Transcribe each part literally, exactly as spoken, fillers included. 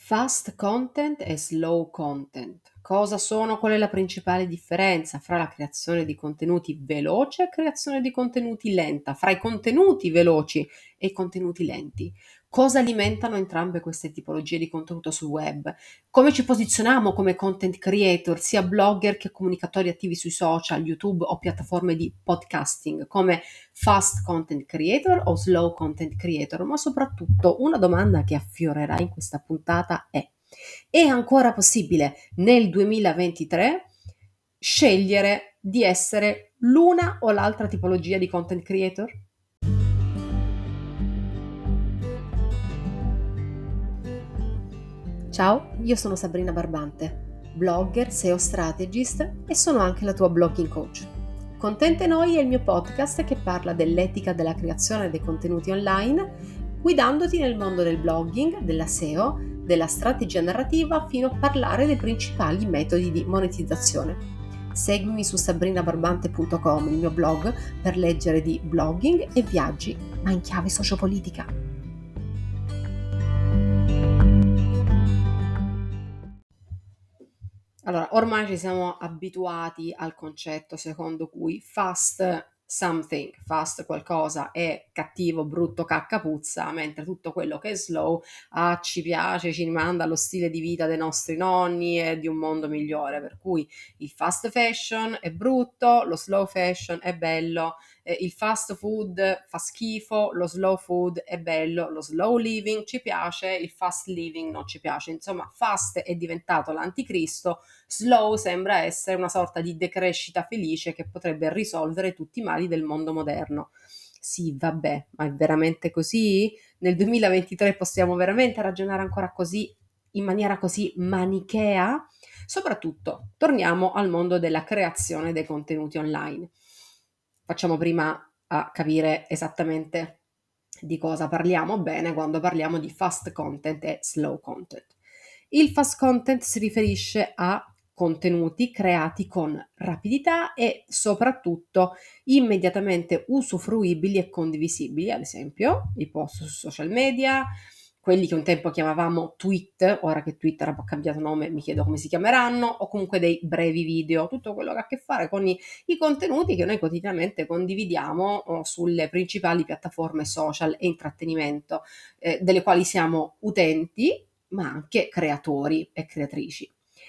Fast content e slow content. Cosa sono? Qual è la principale differenza fra la creazione di contenuti veloce e creazione di contenuti lenta? Fra i contenuti veloci e i contenuti lenti? Cosa alimentano entrambe queste tipologie di contenuto sul web? Come ci posizioniamo come content creator, sia blogger che comunicatori attivi sui social, YouTube o piattaforme di podcasting? Come fast content creator o slow content creator? Ma soprattutto una domanda che affiorerà in questa puntata è: è ancora possibile nel duemilaventitré scegliere di essere l'una o l'altra tipologia di content creator? Ciao, io sono Sabrina Barbante, blogger, S E O strategist e sono anche la tua blogging coach. Contente Noi è il mio podcast che parla dell'etica della creazione dei contenuti online, guidandoti nel mondo del blogging, della S E O, della strategia narrativa fino a parlare dei principali metodi di monetizzazione. Seguimi su sabrina barbante punto com, il mio blog, per leggere di blogging e viaggi, ma in chiave sociopolitica. Allora, ormai ci siamo abituati al concetto secondo cui fast something, fast qualcosa è cattivo, brutto, cacca, puzza, mentre tutto quello che è slow, ah, ci piace, ci rimanda allo stile di vita dei nostri nonni e di un mondo migliore. Per cui il fast fashion è brutto, lo slow fashion è bello, eh, il fast food fa schifo, lo slow food è bello, lo slow living ci piace, il fast living non ci piace. Insomma, fast è diventato l'anticristo. Slow sembra essere una sorta di decrescita felice che potrebbe risolvere tutti i mali del mondo moderno. Sì, vabbè, ma è veramente così? Nel duemilaventitré possiamo veramente ragionare ancora così, in maniera così manichea? Soprattutto, torniamo al mondo della creazione dei contenuti online. Facciamo prima a capire esattamente di cosa parliamo bene quando parliamo di fast content e slow content. Il fast content si riferisce a contenuti creati con rapidità e soprattutto immediatamente usufruibili e condivisibili, ad esempio i post su social media, quelli che un tempo chiamavamo tweet, ora che Twitter ha cambiato nome mi chiedo come si chiameranno, o comunque dei brevi video, tutto quello che ha a che fare con i, i contenuti che noi quotidianamente condividiamo oh, sulle principali piattaforme social e intrattenimento, eh, delle quali siamo utenti, ma anche creatori e creatrici.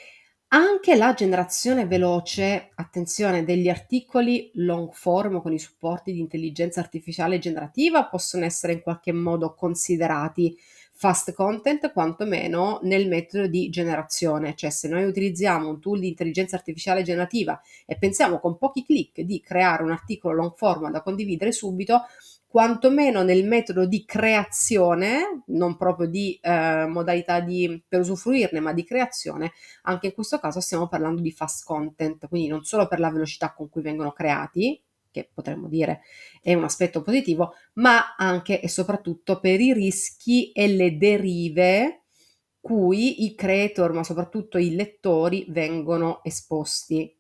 Anche la generazione veloce, attenzione, degli articoli long form con i supporti di intelligenza artificiale generativa possono essere in qualche modo considerati fast content, quantomeno nel metodo di generazione. Cioè, se noi utilizziamo un tool di intelligenza artificiale generativa e pensiamo con pochi clic di creare un articolo long form da condividere subito, quantomeno nel metodo di creazione, non proprio di eh, modalità di, per usufruirne, ma di creazione, anche in questo caso stiamo parlando di fast content, quindi non solo per la velocità con cui vengono creati, che potremmo dire è un aspetto positivo, ma anche e soprattutto per i rischi e le derive cui i creator, ma soprattutto i lettori, vengono esposti.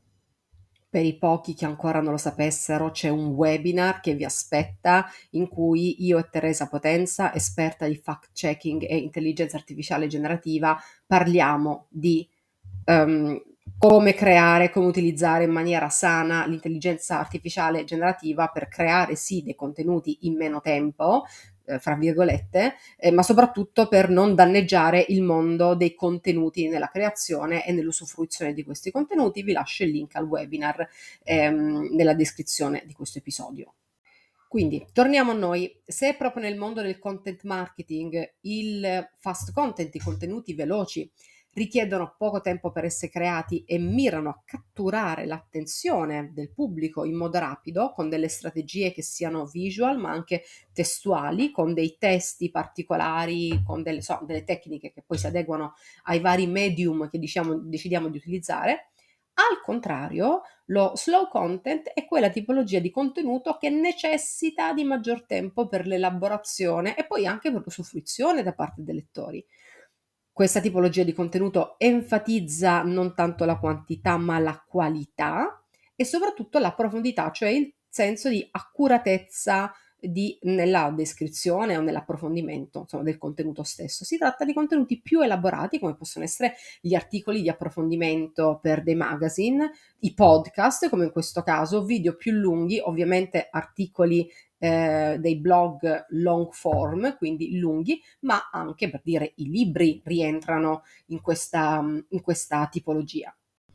Per i pochi che ancora non lo sapessero, c'è un webinar che vi aspetta in cui io e Teresa Potenza, esperta di fact-checking e intelligenza artificiale generativa, parliamo di um, come creare, come utilizzare in maniera sana l'intelligenza artificiale generativa per creare sì dei contenuti in meno tempo, eh, fra virgolette, eh, ma soprattutto per non danneggiare il mondo dei contenuti nella creazione e nell'usufruizione di questi contenuti. Vi lascio il link al webinar ehm, nella descrizione di questo episodio. Quindi torniamo a noi. Se proprio nel mondo del content marketing il fast content, i contenuti veloci, richiedono poco tempo per essere creati e mirano a catturare l'attenzione del pubblico in modo rapido, con delle strategie che siano visual ma anche testuali, con dei testi particolari, con delle, so, delle tecniche che poi si adeguano ai vari medium che diciamo, decidiamo di utilizzare. Al contrario, lo slow content è quella tipologia di contenuto che necessita di maggior tempo per l'elaborazione e poi anche per l'usufruizione da parte dei lettori. Questa tipologia di contenuto enfatizza non tanto la quantità ma la qualità e soprattutto la profondità, cioè il senso di accuratezza di nella descrizione o nell'approfondimento, insomma, del contenuto stesso. Si tratta di contenuti più elaborati, come possono essere gli articoli di approfondimento per dei magazine, i podcast, come in questo caso, video più lunghi, ovviamente articoli eh, dei blog long form, quindi lunghi, ma anche per dire i libri rientrano in questa, in questa tipologia.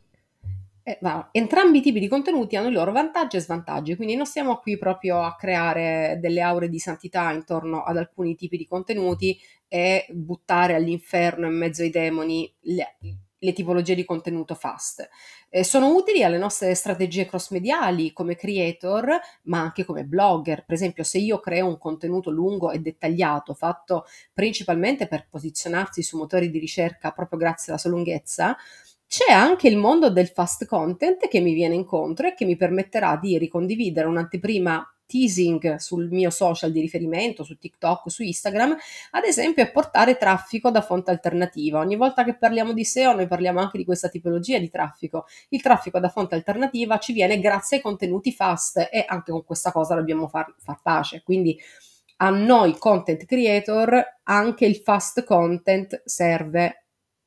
Eh, va, entrambi i tipi di contenuti hanno i loro vantaggi e svantaggi, quindi non stiamo qui proprio a creare delle aure di santità intorno ad alcuni tipi di contenuti e buttare all'inferno in mezzo ai demoni le, le tipologie di contenuto fast. Eh, sono utili alle nostre strategie cross-mediali come creator, ma anche come blogger. Per esempio, se io creo un contenuto lungo e dettagliato, fatto principalmente per posizionarsi su motori di ricerca proprio grazie alla sua lunghezza, c'è anche il mondo del fast content che mi viene incontro e che mi permetterà di ricondividere un'anteprima teasing sul mio social di riferimento, su TikTok, su Instagram, ad esempio, e portare traffico da fonte alternativa. Ogni volta che parliamo di S E O, noi parliamo anche di questa tipologia di traffico. Il traffico da fonte alternativa ci viene grazie ai contenuti fast e anche con questa cosa dobbiamo far, far pace. Quindi a noi content creator anche il fast content serve.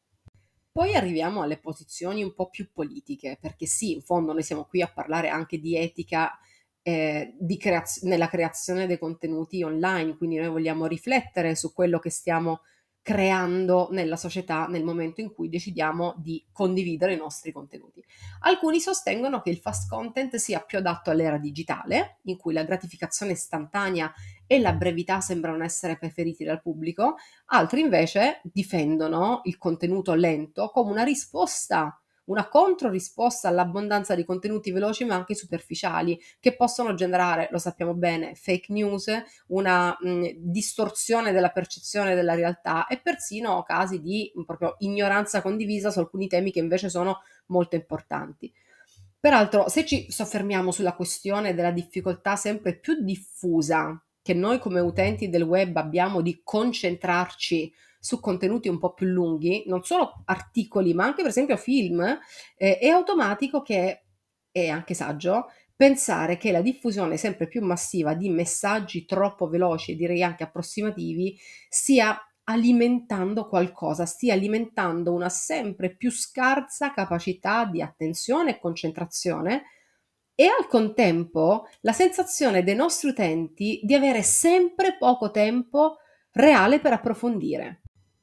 Poi arriviamo alle posizioni un po' più politiche, perché sì, in fondo noi siamo qui a parlare anche di etica eh, di creaz- nella creazione dei contenuti online, quindi noi vogliamo riflettere su quello che stiamo creando nella società nel momento in cui decidiamo di condividere i nostri contenuti. Alcuni sostengono che il fast content sia più adatto all'era digitale, in cui la gratificazione istantanea e la brevità sembrano essere preferiti dal pubblico. Altri invece difendono il contenuto lento come una risposta, una controrisposta all'abbondanza di contenuti veloci ma anche superficiali, che possono generare, lo sappiamo bene, fake news, una mh, distorsione della percezione della realtà e persino casi di mh, proprio ignoranza condivisa su alcuni temi che invece sono molto importanti. Peraltro, se ci soffermiamo sulla questione della difficoltà sempre più diffusa che noi come utenti del web abbiamo di concentrarci su contenuti un po' più lunghi, non solo articoli, ma anche per esempio film, eh, è automatico che, è anche saggio, pensare che la diffusione sempre più massiva di messaggi troppo veloci e direi anche approssimativi stia alimentando qualcosa, stia alimentando una sempre più scarsa capacità di attenzione e concentrazione e al contempo la sensazione dei nostri utenti di avere sempre poco tempo reale per approfondire.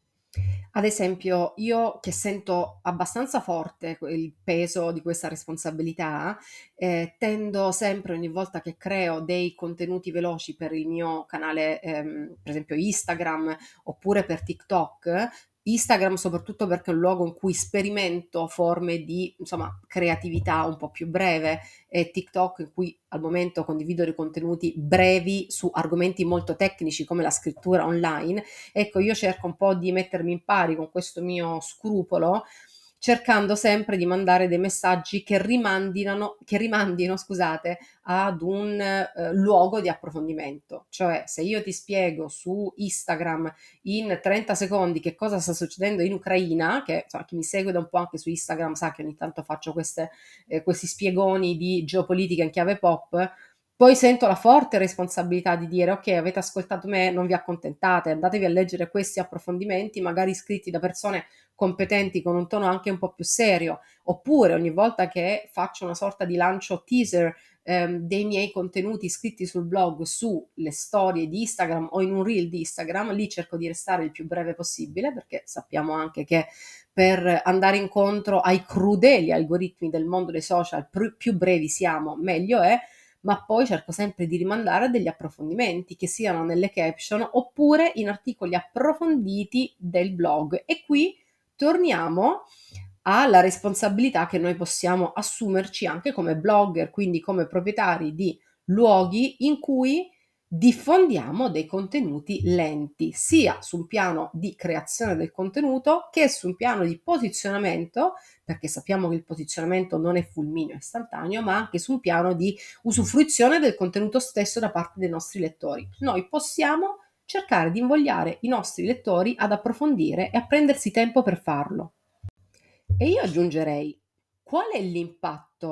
Ad esempio, io che sento abbastanza forte que- il peso di questa responsabilità, eh, tendo sempre, ogni volta che creo dei contenuti veloci per il mio canale, ehm, per esempio Instagram oppure per TikTok, Instagram soprattutto perché è un luogo in cui sperimento forme di, insomma, creatività un po' più breve e TikTok in cui al momento condivido dei contenuti brevi su argomenti molto tecnici come la scrittura online. Ecco, io cerco un po' di mettermi in pari con questo mio scrupolo, cercando sempre di mandare dei messaggi che rimandino, che rimandino, scusate, ad un eh, luogo di approfondimento. Cioè, se io ti spiego su Instagram in trenta secondi che cosa sta succedendo in Ucraina, che insomma, chi mi segue da un po' anche su Instagram sa che ogni tanto faccio queste, eh, questi spiegoni di geopolitica in chiave pop, poi sento la forte responsabilità di dire: ok, avete ascoltato me, non vi accontentate, andatevi a leggere questi approfondimenti, magari scritti da persone competenti con un tono anche un po' più serio, oppure ogni volta che faccio una sorta di lancio teaser ehm, dei miei contenuti scritti sul blog sulle storie di Instagram o in un reel di Instagram, lì cerco di restare il più breve possibile perché sappiamo anche che per andare incontro ai crudeli algoritmi del mondo dei social, pr- più brevi siamo, meglio è, ma poi cerco sempre di rimandare a degli approfondimenti che siano nelle caption oppure in articoli approfonditi del blog. E qui torniamo alla responsabilità che noi possiamo assumerci anche come blogger, quindi come proprietari di luoghi in cui diffondiamo dei contenuti lenti, sia sul piano di creazione del contenuto che sul piano di posizionamento, perché sappiamo che il posizionamento non è fulmineo istantaneo, ma anche su un piano di usufruizione del contenuto stesso da parte dei nostri lettori. Noi possiamo cercare di invogliare i nostri lettori ad approfondire e a prendersi tempo per farlo. E io aggiungerei, qual è l'impatto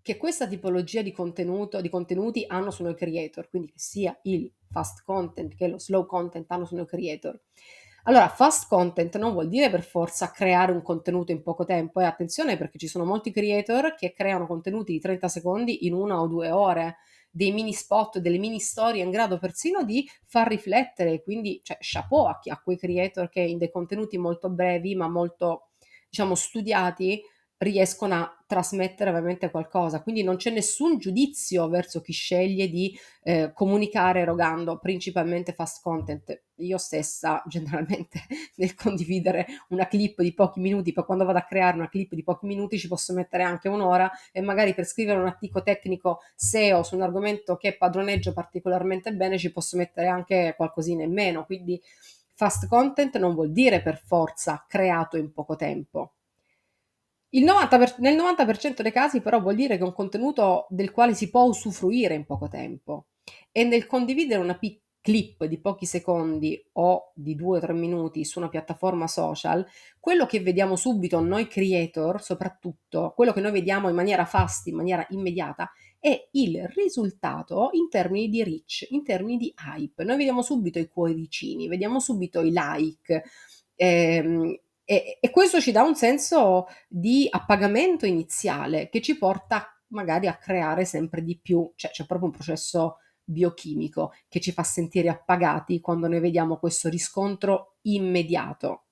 che questa tipologia di contenuto di contenuti hanno su noi creator, quindi che sia il fast content che lo slow content hanno su noi creator. Allora, fast content non vuol dire per forza creare un contenuto in poco tempo, e attenzione perché ci sono molti creator che creano contenuti di trenta secondi in una o due ore, dei mini spot, delle mini storie in grado persino di far riflettere, quindi cioè chapeau a, chi, a quei creator che in dei contenuti molto brevi ma molto, diciamo, studiati riescono a trasmettere veramente qualcosa. Quindi non c'è nessun giudizio verso chi sceglie di eh, comunicare erogando principalmente fast content. Io stessa generalmente nel condividere una clip di pochi minuti, poi quando vado a creare una clip di pochi minuti ci posso mettere anche un'ora, e magari per scrivere un articolo tecnico S E O su un argomento che padroneggio particolarmente bene ci posso mettere anche qualcosina in meno. Quindi fast content non vuol dire per forza creato in poco tempo. Il novanta per nel novanta per cento dei casi però vuol dire che è un contenuto del quale si può usufruire in poco tempo, e nel condividere una pi clip di pochi secondi o di due o tre minuti su una piattaforma social, quello che vediamo subito noi creator soprattutto, quello che noi vediamo in maniera fast, in maniera immediata, è il risultato in termini di reach, in termini di hype. Noi vediamo subito i cuoricini, vediamo subito i like, ehm, e e questo ci dà un senso di appagamento iniziale che ci porta magari a creare sempre di più, cioè c'è proprio un processo biochimico che ci fa sentire appagati quando noi vediamo questo riscontro immediato.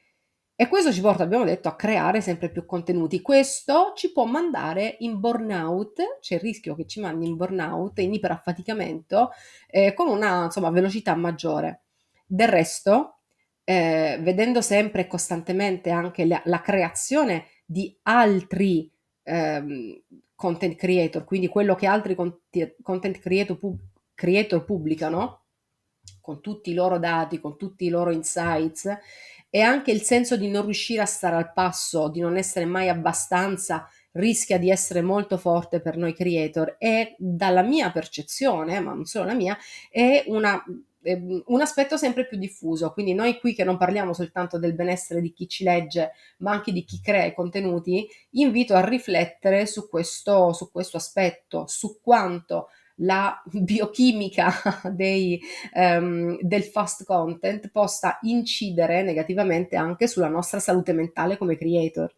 E questo ci porta, abbiamo detto, a creare sempre più contenuti. Questo ci può mandare in burnout, c'è il rischio che ci mandi in burnout, in iperaffaticamento, eh, con una, insomma, velocità maggiore. Del resto, eh, vedendo sempre e costantemente anche la, la creazione di altri ehm, content creator, quindi quello che altri conti- content creator, pub- creator pubblicano, con tutti i loro dati, con tutti i loro insights, e anche il senso di non riuscire a stare al passo, di non essere mai abbastanza, rischia di essere molto forte per noi creator, e dalla mia percezione, ma non solo la mia, è una un aspetto sempre più diffuso. Quindi noi qui, che non parliamo soltanto del benessere di chi ci legge, ma anche di chi crea i contenuti, invito a riflettere su questo, su questo aspetto, su quanto la biochimica dei, um, del fast content possa incidere negativamente anche sulla nostra salute mentale come creator.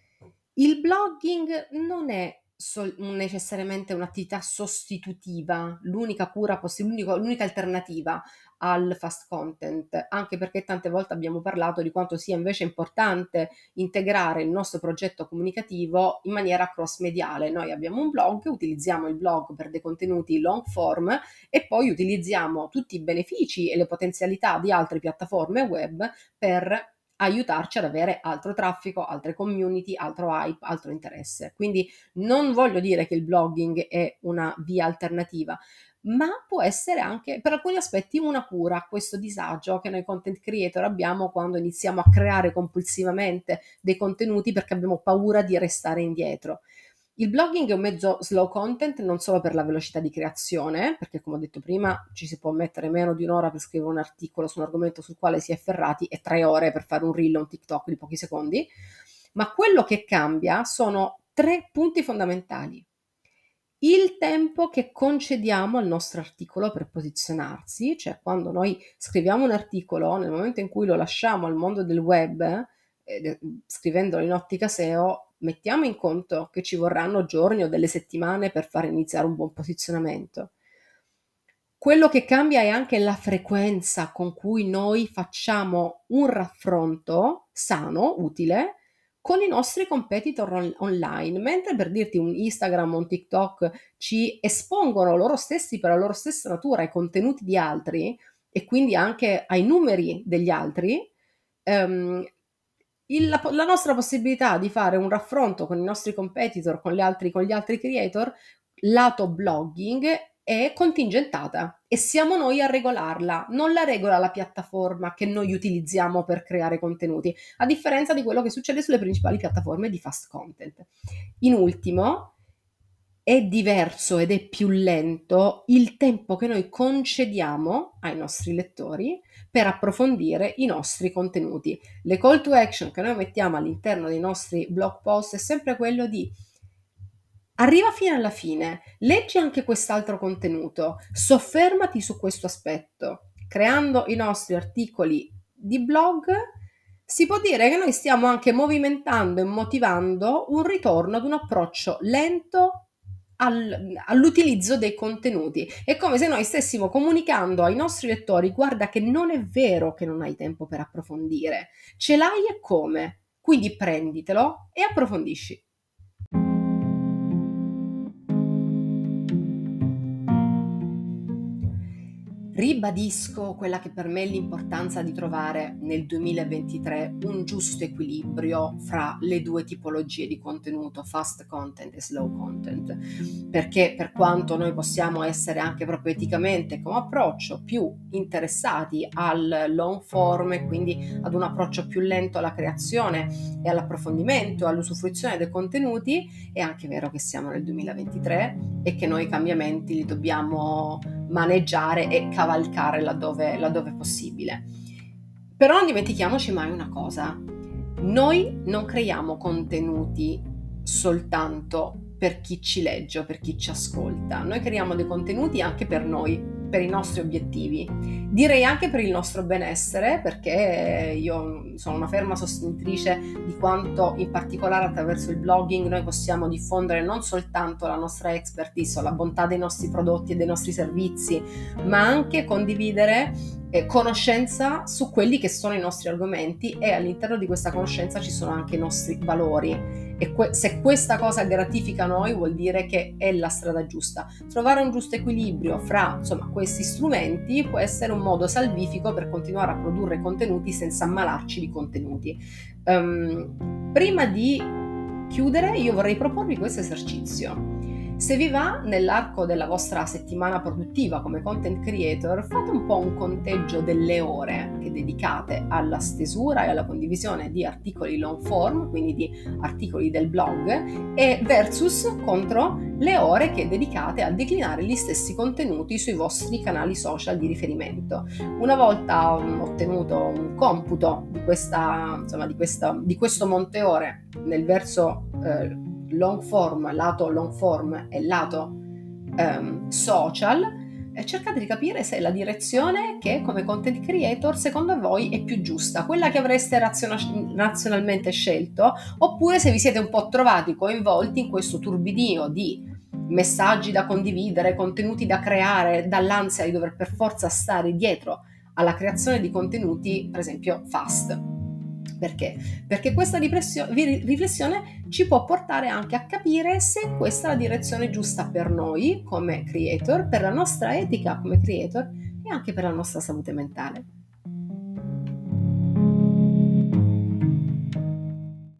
Il blogging non è sol- necessariamente un'attività sostitutiva, l'unica cura possibile, l'unica alternativa al fast content, anche perché tante volte abbiamo parlato di quanto sia invece importante integrare il nostro progetto comunicativo in maniera cross-mediale. Noi abbiamo un blog, utilizziamo il blog per dei contenuti long form e poi utilizziamo tutti i benefici e le potenzialità di altre piattaforme web per aiutarci ad avere altro traffico, altre community, altro hype, altro interesse. Quindi non voglio dire che il blogging è una via alternativa, ma può essere anche per alcuni aspetti una cura a questo disagio che noi content creator abbiamo quando iniziamo a creare compulsivamente dei contenuti perché abbiamo paura di restare indietro. Il blogging è un mezzo slow content non solo per la velocità di creazione, perché come ho detto prima ci si può mettere meno di un'ora per scrivere un articolo su un argomento sul quale si è ferrati e tre ore per fare un reel o un TikTok di pochi secondi, ma quello che cambia sono tre punti fondamentali. Il tempo che concediamo al nostro articolo per posizionarsi, cioè quando noi scriviamo un articolo, nel momento in cui lo lasciamo al mondo del web, eh, scrivendolo in ottica S E O, mettiamo in conto che ci vorranno giorni o delle settimane per far iniziare un buon posizionamento. Quello che cambia è anche la frequenza con cui noi facciamo un raffronto sano, utile, con i nostri competitor on- online, mentre per dirti un Instagram o un TikTok ci espongono loro stessi per la loro stessa natura ai contenuti di altri e quindi anche ai numeri degli altri, ehm, il- la, la nostra possibilità di fare un raffronto con i nostri competitor, con gli altri, con gli altri creator, lato blogging, è contingentata e siamo noi a regolarla, non la regola la piattaforma che noi utilizziamo per creare contenuti, a differenza di quello che succede sulle principali piattaforme di fast content. In ultimo, è diverso ed è più lento il tempo che noi concediamo ai nostri lettori per approfondire i nostri contenuti. Le call to action che noi mettiamo all'interno dei nostri blog post è sempre quello di arriva fino alla fine, leggi anche quest'altro contenuto, soffermati su questo aspetto. Creando i nostri articoli di blog, si può dire che noi stiamo anche movimentando e motivando un ritorno ad un approccio lento al- all'utilizzo dei contenuti. È come se noi stessimo comunicando ai nostri lettori: guarda che non è vero che non hai tempo per approfondire, ce l'hai e come, quindi prenditelo e approfondisci. Ribadisco quella che per me è l'importanza di trovare nel duemilaventitré un giusto equilibrio fra le due tipologie di contenuto, fast content e slow content, perché per quanto noi possiamo essere anche proprio eticamente come approccio più interessati al long form e quindi ad un approccio più lento alla creazione e all'approfondimento, all'usufruizione dei contenuti, è anche vero che siamo nel duemilaventitré e che noi i cambiamenti li dobbiamo maneggiare e cavalcare laddove, laddove possibile. Però non dimentichiamoci mai una cosa: noi non creiamo contenuti soltanto per chi ci legge o per chi ci ascolta, noi creiamo dei contenuti anche per noi, per i nostri obiettivi, direi anche per il nostro benessere, perché io sono una ferma sostenitrice di quanto in particolare attraverso il blogging noi possiamo diffondere non soltanto la nostra expertise o la bontà dei nostri prodotti e dei nostri servizi, ma anche condividere eh, conoscenza su quelli che sono i nostri argomenti, e all'interno di questa conoscenza ci sono anche i nostri valori. E que- se questa cosa gratifica noi, vuol dire che è la strada giusta. Trovare un giusto equilibrio fra, insomma, questi strumenti può essere un modo salvifico per continuare a produrre contenuti senza ammalarci di contenuti. Um, prima di chiudere, io vorrei proporvi questo esercizio. Se vi va, nell'arco della vostra settimana produttiva come content creator, fate un po' un conteggio delle ore che dedicate alla stesura e alla condivisione di articoli long form, quindi di articoli del blog, e versus contro le ore che dedicate a declinare gli stessi contenuti sui vostri canali social di riferimento. Una volta ottenuto un computo di, questa, insomma, di, questa, di questo monte ore nel verso eh, long form, lato long form e lato ehm, social, e cercate di capire se la direzione che come content creator secondo voi è più giusta, quella che avreste raziona- razionalmente scelto, oppure se vi siete un po' trovati coinvolti in questo turbinio di messaggi da condividere, contenuti da creare, dall'ansia di dover per forza stare dietro alla creazione di contenuti, per esempio, fast. Perché? Perché questa riflessione ci può portare anche a capire se questa è la direzione giusta per noi come creator, per la nostra etica come creator e anche per la nostra salute mentale.